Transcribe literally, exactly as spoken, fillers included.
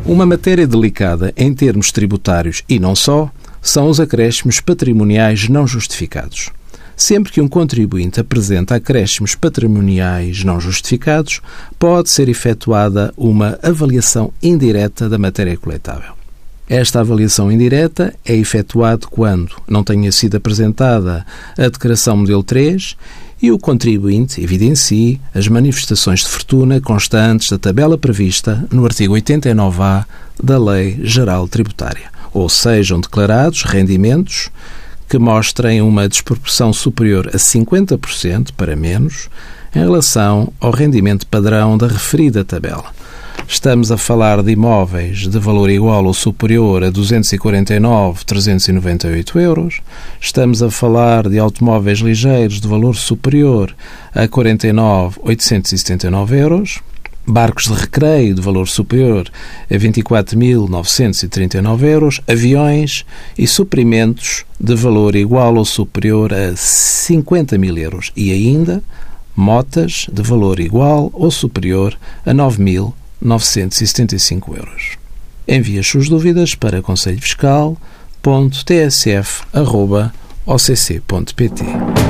Uma matéria delicada em termos tributários e não só são os acréscimos patrimoniais não justificados. Sempre que um contribuinte apresenta acréscimos patrimoniais não justificados, pode ser efetuada uma avaliação indireta da matéria coletável. Esta avaliação indireta é efetuada quando não tenha sido apresentada a declaração modelo três e o contribuinte evidencie as manifestações de fortuna constantes da tabela prevista no artigo oitenta e nove A da Lei Geral Tributária, ou sejam declarados rendimentos que mostrem uma desproporção superior a cinquenta por cento para menos em relação ao rendimento padrão da referida tabela. Estamos a falar de imóveis de valor igual ou superior a duzentos e quarenta e nove mil trezentos e noventa e oito euros. Estamos a falar de automóveis ligeiros de valor superior a quarenta e nove mil oitocentos e setenta e nove euros. Barcos de recreio de valor superior a vinte e quatro mil novecentos e trinta e nove euros, aviões e suprimentos de valor igual ou superior a cinquenta mil euros e ainda motas de valor igual ou superior a nove mil novecentos e setenta e cinco euros. Envie as suas dúvidas para conselho fiscal ponto t s f arroba o c c ponto p t.